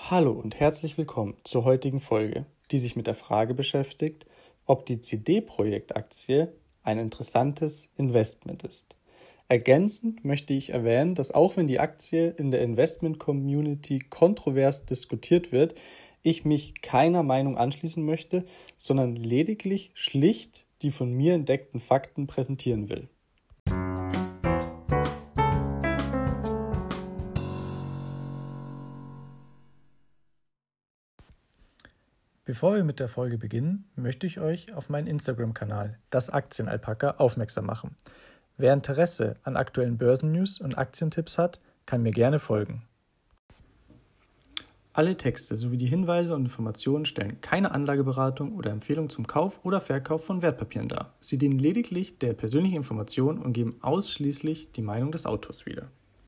Hallo und herzlich willkommen zur heutigen Folge, die sich mit der Frage beschäftigt, ob die CD-Projekt-Aktie ein interessantes Investment ist. Ergänzend möchte ich erwähnen, dass auch wenn die Aktie in der Investment-Community kontrovers diskutiert wird, ich mich keiner Meinung anschließen möchte, sondern lediglich schlicht die von mir entdeckten Fakten präsentieren will. Bevor wir mit der Folge beginnen, möchte ich euch auf meinen Instagram-Kanal, das Aktienalpaka, aufmerksam machen. Wer Interesse an aktuellen Börsennews und Aktientipps hat, kann mir gerne folgen. Alle Texte sowie die Hinweise und Informationen stellen keine Anlageberatung oder Empfehlung zum Kauf oder Verkauf von Wertpapieren dar. Sie dienen lediglich der persönlichen Information und geben ausschließlich die Meinung des Autors wieder.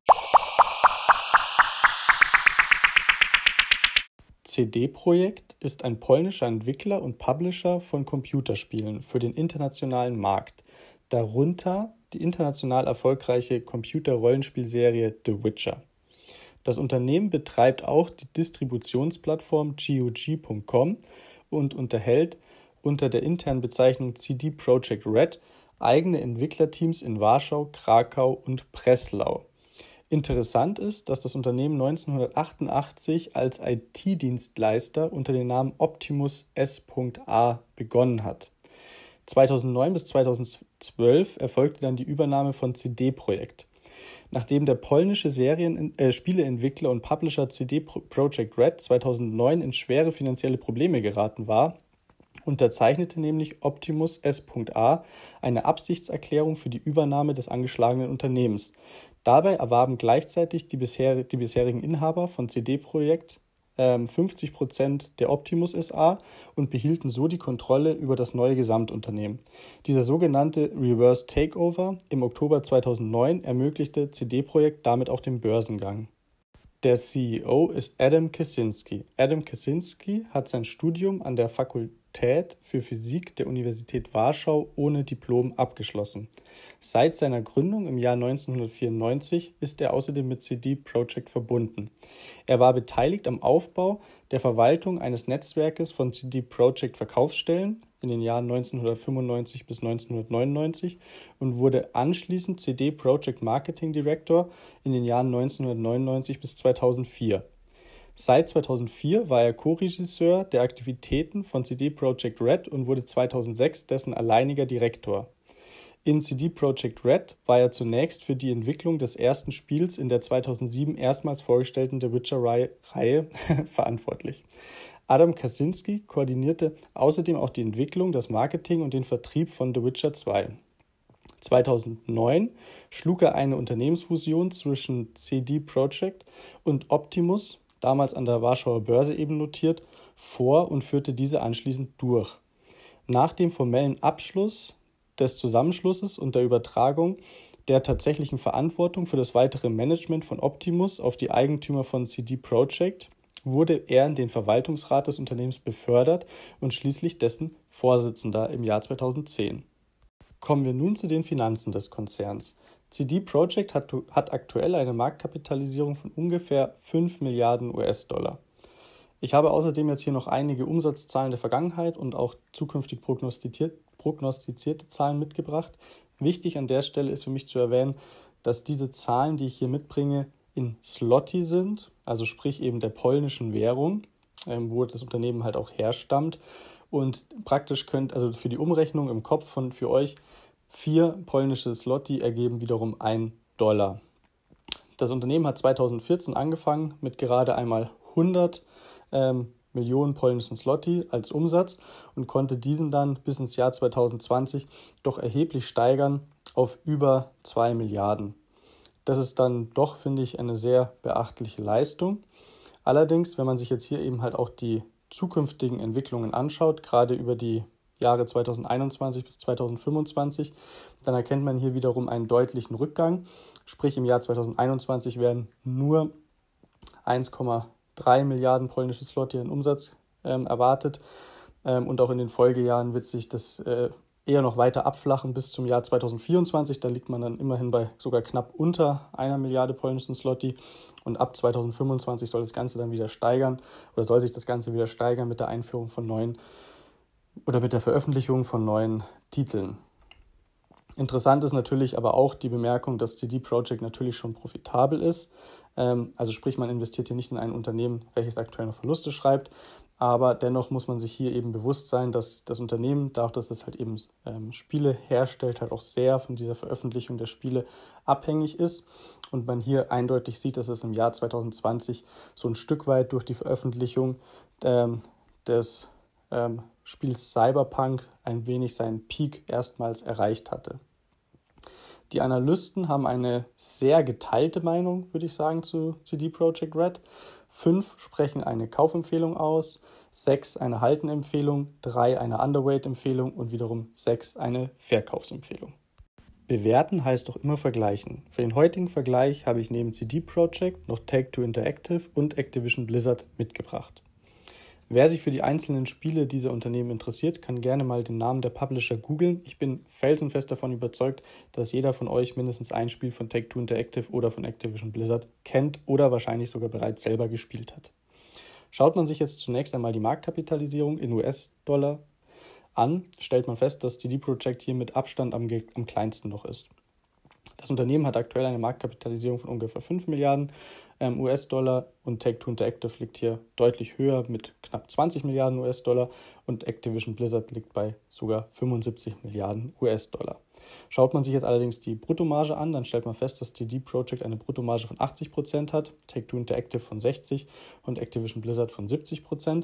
CD-Projekt ist ein polnischer Entwickler und Publisher von Computerspielen für den internationalen Markt, darunter die international erfolgreiche Computer-Rollenspielserie The Witcher. Das Unternehmen betreibt auch die Distributionsplattform GOG.com und unterhält unter der internen Bezeichnung CD Projekt Red eigene Entwicklerteams in Warschau, Krakau und Breslau. Interessant ist, dass das Unternehmen 1988 als IT-Dienstleister unter dem Namen Optimus S.A. begonnen hat. 2009 bis 2012 erfolgte dann die Übernahme von CD-Projekt. Nachdem der polnische Spieleentwickler und Publisher CD Projekt Red 2009 in schwere finanzielle Probleme geraten war, unterzeichnete nämlich Optimus S.A. eine Absichtserklärung für die Übernahme des angeschlagenen Unternehmens. Dabei erwarben gleichzeitig die bisherigen Inhaber von CD Projekt 50% der Optimus SA und behielten so die Kontrolle über das neue Gesamtunternehmen. Dieser sogenannte Reverse Takeover im Oktober 2009 ermöglichte CD Projekt damit auch den Börsengang. Der CEO ist Adam Kaczynski. Adam Kaczynski hat sein Studium an der Fakultät für Physik der Universität Warschau ohne Diplom abgeschlossen. Seit seiner Gründung im Jahr 1994 ist er außerdem mit CD Projekt verbunden. Er war beteiligt am Aufbau der Verwaltung eines Netzwerkes von CD Projekt Verkaufsstellen in den Jahren 1995 bis 1999 und wurde anschließend CD Projekt Marketing Director in den Jahren 1999 bis 2004. Seit 2004 war er Co-Regisseur der Aktivitäten von CD Projekt Red und wurde 2006 dessen alleiniger Direktor. In CD Projekt Red war er zunächst für die Entwicklung des ersten Spiels in der 2007 erstmals vorgestellten The Witcher-Reihe verantwortlich. Adam Kaczynski koordinierte außerdem auch die Entwicklung, das Marketing und den Vertrieb von The Witcher 2. 2009 schlug er eine Unternehmensfusion zwischen CD Projekt und Optimus, damals an der Warschauer Börse eben notiert, vor und führte diese anschließend durch. Nach dem formellen Abschluss des Zusammenschlusses und der Übertragung der tatsächlichen Verantwortung für das weitere Management von Optimus auf die Eigentümer von CD Projekt wurde er in den Verwaltungsrat des Unternehmens befördert und schließlich dessen Vorsitzender im Jahr 2010. Kommen wir nun zu den Finanzen des Konzerns. CD Projekt hat aktuell eine Marktkapitalisierung von ungefähr 5 Milliarden US-Dollar. Ich habe außerdem jetzt hier noch einige Umsatzzahlen der Vergangenheit und auch zukünftig prognostizierte Zahlen mitgebracht. Wichtig an der Stelle ist für mich zu erwähnen, dass diese Zahlen, die ich hier mitbringe, in Zloty sind, also sprich eben der polnischen Währung, wo das Unternehmen halt auch herstammt. Und praktisch also für die Umrechnung im Kopf für euch, 4 polnische Zloty ergeben wiederum $1. Das Unternehmen hat 2014 angefangen mit gerade einmal 100 Millionen polnischen Zloty als Umsatz und konnte diesen dann bis ins Jahr 2020 doch erheblich steigern auf über 2 Milliarden. Das ist dann doch, finde ich, eine sehr beachtliche Leistung. Allerdings, wenn man sich jetzt hier eben halt auch die zukünftigen Entwicklungen anschaut, gerade über die Jahre 2021 bis 2025, dann erkennt man hier wiederum einen deutlichen Rückgang. Sprich, im Jahr 2021 werden nur 1,3 Milliarden polnische Zloty in Umsatz erwartet. Und auch in den Folgejahren wird sich das eher noch weiter abflachen bis zum Jahr 2024. Da liegt man dann immerhin bei sogar knapp unter 1 Milliarde polnischen Zloty. Und ab 2025 soll das Ganze dann wieder steigern oder soll sich das Ganze wieder steigern mit der Einführung von neuen oder mit der Veröffentlichung von neuen Titeln. Interessant ist natürlich aber auch die Bemerkung, dass CD Projekt natürlich schon profitabel ist. Also sprich, man investiert hier nicht in ein Unternehmen, welches aktuell noch Verluste schreibt. Aber dennoch muss man sich hier eben bewusst sein, dass das Unternehmen, dadurch, dass es halt eben Spiele herstellt, halt auch sehr von dieser Veröffentlichung der Spiele abhängig ist. Und man hier eindeutig sieht, dass es im Jahr 2020 so ein Stück weit durch die Veröffentlichung des Spiels Cyberpunk ein wenig seinen Peak erstmals erreicht hatte. Die Analysten haben eine sehr geteilte Meinung, würde ich sagen, zu CD Projekt Red. 5 sprechen eine Kaufempfehlung aus, 6 eine Haltenempfehlung, 3 eine Underweight-Empfehlung und wiederum 6 eine Verkaufsempfehlung. Bewerten heißt doch immer vergleichen. Für den heutigen Vergleich habe ich neben CD Projekt noch Take-Two Interactive und Activision Blizzard mitgebracht. Wer sich für die einzelnen Spiele dieser Unternehmen interessiert, kann gerne mal den Namen der Publisher googeln. Ich bin felsenfest davon überzeugt, dass jeder von euch mindestens ein Spiel von Take-Two Interactive oder von Activision Blizzard kennt oder wahrscheinlich sogar bereits selber gespielt hat. Schaut man sich jetzt zunächst einmal die Marktkapitalisierung in US-Dollar an, stellt man fest, dass CD Projekt hier mit Abstand am kleinsten noch ist. Das Unternehmen hat aktuell eine Marktkapitalisierung von ungefähr 5 Milliarden US-Dollar und Take-Two Interactive liegt hier deutlich höher mit knapp 20 Milliarden US-Dollar und Activision Blizzard liegt bei sogar 75 Milliarden US-Dollar. Schaut man sich jetzt allerdings die Bruttomarge an, dann stellt man fest, dass CD Projekt eine Bruttomarge von 80% hat, Take-Two Interactive von 60% und Activision Blizzard von 70%.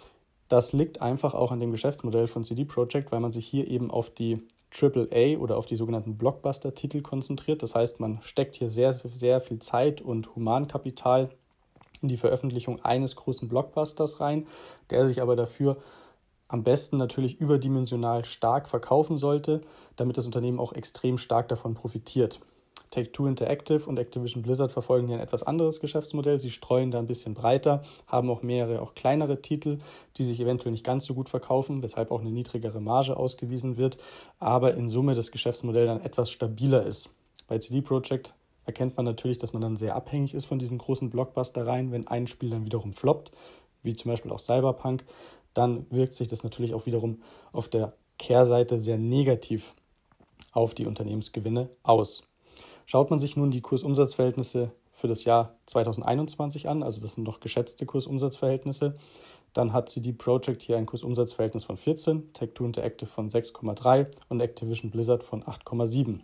Das liegt einfach auch an dem Geschäftsmodell von CD Projekt, weil man sich hier eben auf die AAA oder auf die sogenannten Blockbuster-Titel konzentriert. Das heißt, man steckt hier sehr, sehr viel Zeit und Humankapital in die Veröffentlichung eines großen Blockbusters rein, der sich aber dafür am besten natürlich überdimensional stark verkaufen sollte, damit das Unternehmen auch extrem stark davon profitiert. Take-Two Interactive und Activision Blizzard verfolgen hier ein etwas anderes Geschäftsmodell. Sie streuen da ein bisschen breiter, haben auch mehrere, auch kleinere Titel, die sich eventuell nicht ganz so gut verkaufen, weshalb auch eine niedrigere Marge ausgewiesen wird, aber in Summe das Geschäftsmodell dann etwas stabiler ist. Bei CD Projekt erkennt man natürlich, dass man dann sehr abhängig ist von diesen großen Blockbuster-Reihen. Wenn ein Spiel dann wiederum floppt, wie zum Beispiel auch Cyberpunk, dann wirkt sich das natürlich auch wiederum auf der Kehrseite sehr negativ auf die Unternehmensgewinne aus. Schaut man sich nun die Kursumsatzverhältnisse für das Jahr 2021 an, also das sind noch geschätzte Kursumsatzverhältnisse, dann hat CD Projekt hier ein Kursumsatzverhältnis von 14, Take-Two Interactive von 6,3 und Activision Blizzard von 8,7.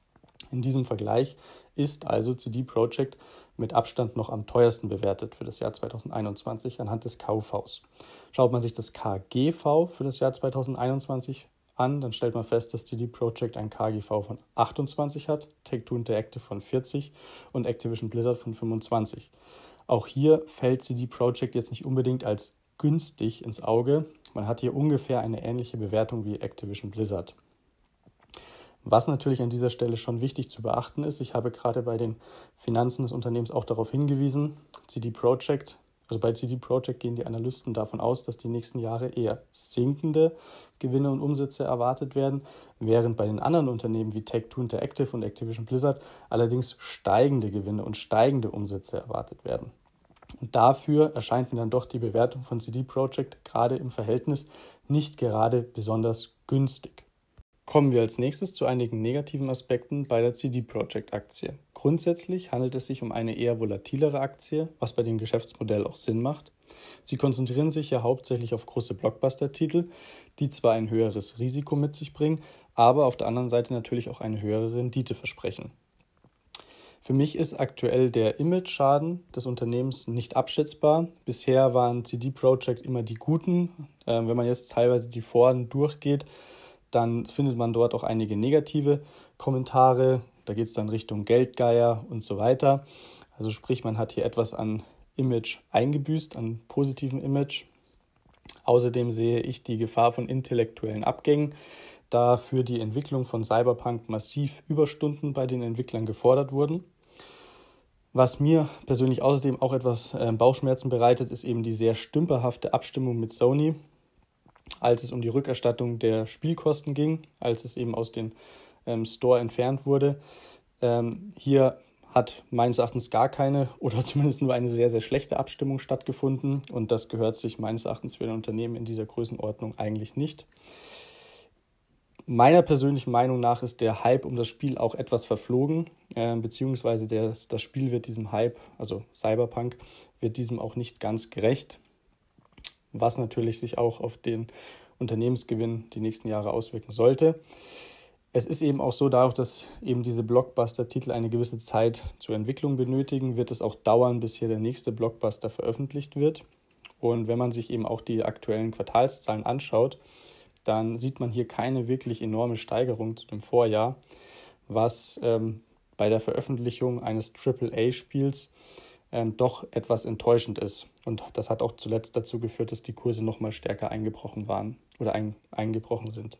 In diesem Vergleich ist also CD Projekt mit Abstand noch am teuersten bewertet für das Jahr 2021 anhand des KUVs. Schaut man sich das KGV für das Jahr 2021 an, dann stellt man fest, dass CD Projekt ein KGV von 28 hat, Take-Two Interactive von 40 und Activision Blizzard von 25. Auch hier fällt CD Projekt jetzt nicht unbedingt als günstig ins Auge. Man hat hier ungefähr eine ähnliche Bewertung wie Activision Blizzard. Was natürlich an dieser Stelle schon wichtig zu beachten ist, ich habe gerade bei den Finanzen des Unternehmens auch darauf hingewiesen, bei CD Projekt gehen die Analysten davon aus, dass die nächsten Jahre eher sinkende Gewinne und Umsätze erwartet werden, während bei den anderen Unternehmen wie Take-Two Interactive und Activision Blizzard allerdings steigende Gewinne und steigende Umsätze erwartet werden. Und dafür erscheint mir dann doch die Bewertung von CD Projekt gerade im Verhältnis nicht gerade besonders günstig. Kommen wir als nächstes zu einigen negativen Aspekten bei der CD Projekt Aktie. Grundsätzlich handelt es sich um eine eher volatilere Aktie, was bei dem Geschäftsmodell auch Sinn macht. Sie konzentrieren sich ja hauptsächlich auf große Blockbuster-Titel, die zwar ein höheres Risiko mit sich bringen, aber auf der anderen Seite natürlich auch eine höhere Rendite versprechen. Für mich ist aktuell der Image-Schaden des Unternehmens nicht abschätzbar. Bisher waren CD Projekt immer die Guten. Wenn man jetzt teilweise die Foren durchgeht, dann findet man dort auch einige negative Kommentare. Da geht es dann Richtung Geldgeier und so weiter. Also sprich, man hat hier etwas an Image eingebüßt, an positivem Image. Außerdem sehe ich die Gefahr von intellektuellen Abgängen, da für die Entwicklung von Cyberpunk massiv Überstunden bei den Entwicklern gefordert wurden. Was mir persönlich außerdem auch etwas Bauchschmerzen bereitet, ist eben die sehr stümperhafte Abstimmung mit Sony. als es um die Rückerstattung der Spielkosten ging, als es eben aus dem Store entfernt wurde. Hier hat meines Erachtens gar keine oder zumindest nur eine sehr, sehr schlechte Abstimmung stattgefunden und das gehört sich meines Erachtens für ein Unternehmen in dieser Größenordnung eigentlich nicht. Meiner persönlichen Meinung nach ist der Hype um das Spiel auch etwas verflogen, beziehungsweise das Spiel wird diesem Hype, also Cyberpunk, wird diesem auch nicht ganz gerecht, was natürlich sich auch auf den Unternehmensgewinn die nächsten Jahre auswirken sollte. Es ist eben auch so, dadurch, dass eben diese Blockbuster-Titel eine gewisse Zeit zur Entwicklung benötigen, wird es auch dauern, bis hier der nächste Blockbuster veröffentlicht wird. Und wenn man sich eben auch die aktuellen Quartalszahlen anschaut, dann sieht man hier keine wirklich enorme Steigerung zu dem Vorjahr, was bei der Veröffentlichung eines AAA-Spiels doch etwas enttäuschend ist. Und das hat auch zuletzt dazu geführt, dass die Kurse nochmal stärker eingebrochen waren oder eingebrochen sind.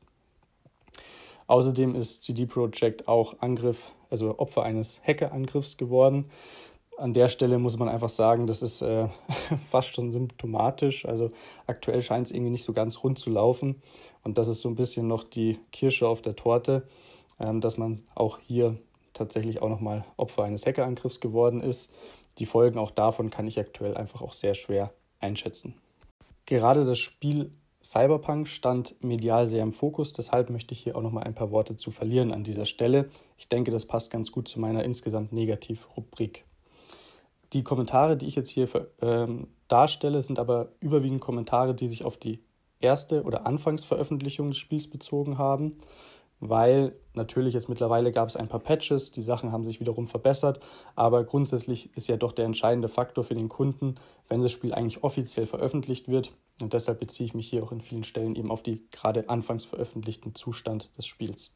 Außerdem ist CD Projekt auch Opfer eines Hackerangriffs geworden. An der Stelle muss man einfach sagen, das ist fast schon symptomatisch. Also aktuell scheint es irgendwie nicht so ganz rund zu laufen. Und das ist so ein bisschen noch die Kirsche auf der Torte, dass man auch hier tatsächlich auch nochmal Opfer eines Hackerangriffs geworden ist. Die Folgen auch davon kann ich aktuell einfach auch sehr schwer einschätzen. Gerade das Spiel Cyberpunk stand medial sehr im Fokus, deshalb möchte ich hier auch nochmal ein paar Worte zu verlieren an dieser Stelle. Ich denke, das passt ganz gut zu meiner insgesamt Negativ-Rubrik. Die Kommentare, die ich jetzt hier darstelle, sind aber überwiegend Kommentare, die sich auf die erste oder Anfangsveröffentlichung des Spiels bezogen haben, weil natürlich jetzt mittlerweile gab es ein paar Patches, die Sachen haben sich wiederum verbessert, aber grundsätzlich ist ja doch der entscheidende Faktor für den Kunden, wenn das Spiel eigentlich offiziell veröffentlicht wird, und deshalb beziehe ich mich hier auch in vielen Stellen eben auf die gerade anfangs veröffentlichten Zustand des Spiels.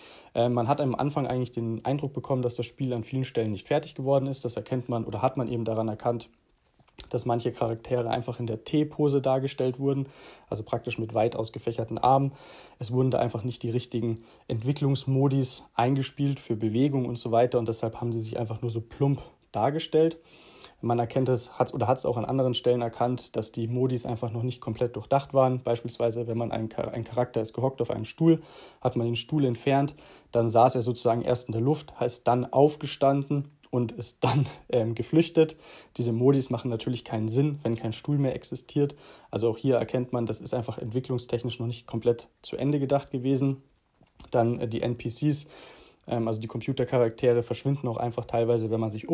Man hat am Anfang eigentlich den Eindruck bekommen, dass das Spiel an vielen Stellen nicht fertig geworden ist. Das erkennt man oder hat man eben daran erkannt, dass manche Charaktere einfach in der T-Pose dargestellt wurden, also praktisch mit weit ausgefächerten Armen. Es wurden da einfach nicht die richtigen Entwicklungsmodis eingespielt für Bewegung und so weiter und deshalb haben die sich einfach nur so plump dargestellt. Man erkennt es, hat es auch an anderen Stellen erkannt, dass die Modis einfach noch nicht komplett durchdacht waren. Beispielsweise, wenn man ein Charakter ist gehockt auf einem Stuhl, hat man den Stuhl entfernt, dann saß er sozusagen erst in der Luft, heißt dann aufgestanden und ist dann geflüchtet. Diese Modis machen natürlich keinen Sinn, wenn kein Stuhl mehr existiert. Also auch hier erkennt man, das ist einfach entwicklungstechnisch noch nicht komplett zu Ende gedacht gewesen. Dann die NPCs, also die Computercharaktere, verschwinden auch einfach teilweise, wenn man sich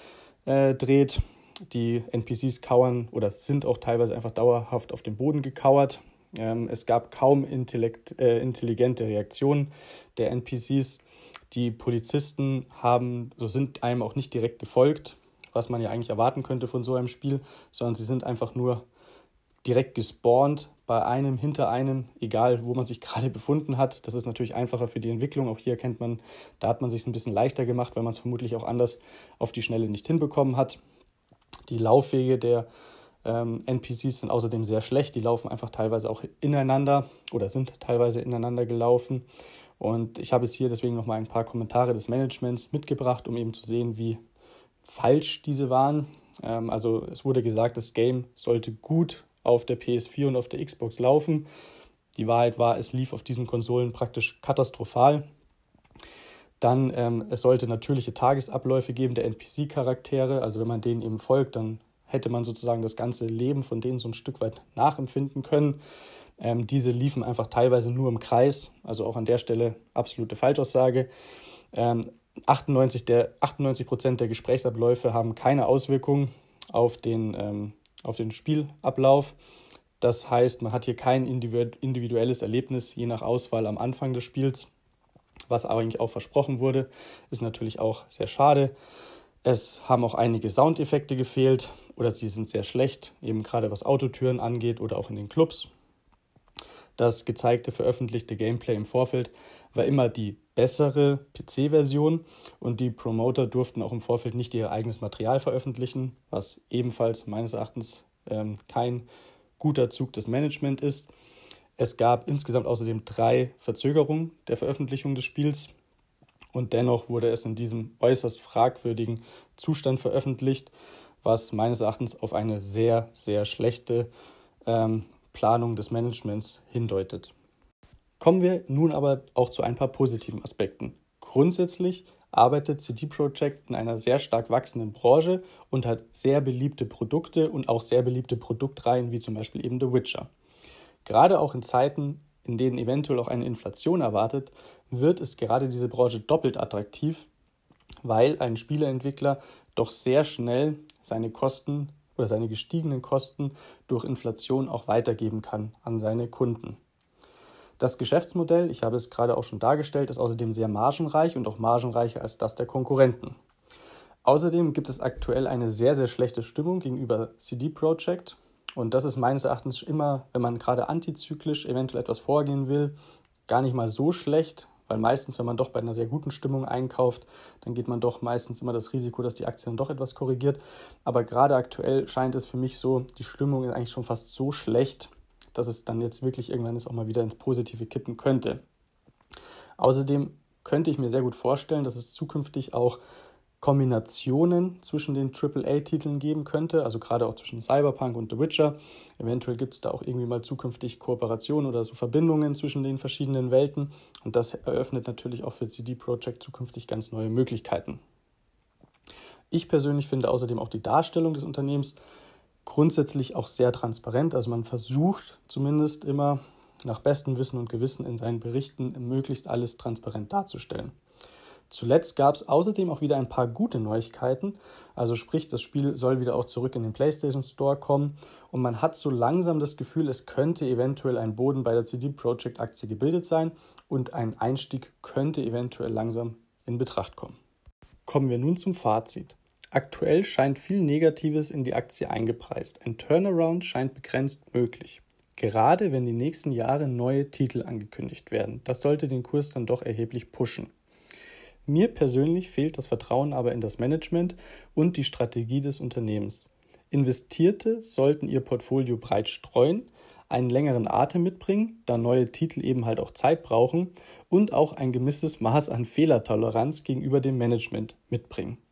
umdreht. Die NPCs kauern oder sind auch teilweise einfach dauerhaft auf dem Boden gekauert. Es gab kaum intelligente Reaktionen der NPCs. Die Polizisten sind einem auch nicht direkt gefolgt, was man ja eigentlich erwarten könnte von so einem Spiel, sondern sie sind einfach nur direkt gespawnt bei einem, hinter einem, egal wo man sich gerade befunden hat. Das ist natürlich einfacher für die Entwicklung. Auch hier kennt man, da hat man sich ein bisschen leichter gemacht, weil man es vermutlich auch anders auf die Schnelle nicht hinbekommen hat. Die Laufwege der NPCs sind außerdem sehr schlecht. Die laufen einfach teilweise auch ineinander oder sind teilweise ineinander gelaufen. Und ich habe jetzt hier deswegen nochmal ein paar Kommentare des Managements mitgebracht, um eben zu sehen, wie falsch diese waren. Also es wurde gesagt, das Game sollte gut auf der PS4 und auf der Xbox laufen. Die Wahrheit war, es lief auf diesen Konsolen praktisch katastrophal. Dann, es sollte natürliche Tagesabläufe geben der NPC-Charaktere. Also wenn man denen eben folgt, dann hätte man sozusagen das ganze Leben von denen so ein Stück weit nachempfinden können. Diese liefen einfach teilweise nur im Kreis, also auch an der Stelle absolute Falschaussage. 98% der Gesprächsabläufe haben keine Auswirkungen auf den Spielablauf. Das heißt, man hat hier kein individuelles Erlebnis, je nach Auswahl am Anfang des Spiels, was eigentlich auch versprochen wurde, ist natürlich auch sehr schade. Es haben auch einige Soundeffekte gefehlt oder sie sind sehr schlecht, eben gerade was Autotüren angeht oder auch in den Clubs. Das gezeigte, veröffentlichte Gameplay im Vorfeld war immer die bessere PC-Version und die Promoter durften auch im Vorfeld nicht ihr eigenes Material veröffentlichen, was ebenfalls meines Erachtens kein guter Zug des Management ist. Es gab insgesamt außerdem 3 Verzögerungen der Veröffentlichung des Spiels und dennoch wurde es in diesem äußerst fragwürdigen Zustand veröffentlicht, was meines Erachtens auf eine sehr, sehr schlechte Planung des Managements hindeutet. Kommen wir nun aber auch zu ein paar positiven Aspekten. Grundsätzlich arbeitet CD Projekt in einer sehr stark wachsenden Branche und hat sehr beliebte Produkte und auch sehr beliebte Produktreihen, wie zum Beispiel eben The Witcher. Gerade auch in Zeiten, in denen eventuell auch eine Inflation erwartet, wird es gerade diese Branche doppelt attraktiv, weil ein Spieleentwickler doch sehr schnell seine Kosten oder seine gestiegenen Kosten durch Inflation auch weitergeben kann an seine Kunden. Das Geschäftsmodell, ich habe es gerade auch schon dargestellt, ist außerdem sehr margenreich und auch margenreicher als das der Konkurrenten. Außerdem gibt es aktuell eine sehr, sehr schlechte Stimmung gegenüber CD Projekt und das ist meines Erachtens immer, wenn man gerade antizyklisch eventuell etwas vorgehen will, gar nicht mal so schlecht, weil meistens, wenn man doch bei einer sehr guten Stimmung einkauft, dann geht man doch meistens immer das Risiko, dass die Aktie dann doch etwas korrigiert. Aber gerade aktuell scheint es für mich so, die Stimmung ist eigentlich schon fast so schlecht, dass es dann jetzt wirklich irgendwann auch mal wieder ins Positive kippen könnte. Außerdem könnte ich mir sehr gut vorstellen, dass es zukünftig auch Kombinationen zwischen den AAA-Titeln geben könnte, also gerade auch zwischen Cyberpunk und The Witcher. Eventuell gibt es da auch irgendwie mal zukünftig Kooperationen oder so Verbindungen zwischen den verschiedenen Welten und das eröffnet natürlich auch für CD Projekt zukünftig ganz neue Möglichkeiten. Ich persönlich finde außerdem auch die Darstellung des Unternehmens grundsätzlich auch sehr transparent, also man versucht zumindest immer nach bestem Wissen und Gewissen in seinen Berichten möglichst alles transparent darzustellen. Zuletzt gab es außerdem auch wieder ein paar gute Neuigkeiten, also sprich, das Spiel soll wieder auch zurück in den PlayStation Store kommen und man hat so langsam das Gefühl, es könnte eventuell ein Boden bei der CD Projekt Aktie gebildet sein und ein Einstieg könnte eventuell langsam in Betracht kommen. Kommen wir nun zum Fazit. Aktuell scheint viel Negatives in die Aktie eingepreist. Ein Turnaround scheint begrenzt möglich. Gerade wenn die nächsten Jahre neue Titel angekündigt werden. Das sollte den Kurs dann doch erheblich pushen. Mir persönlich fehlt das Vertrauen aber in das Management und die Strategie des Unternehmens. Investierte sollten ihr Portfolio breit streuen, einen längeren Atem mitbringen, da neue Titel eben halt auch Zeit brauchen und auch ein gewisses Maß an Fehlertoleranz gegenüber dem Management mitbringen.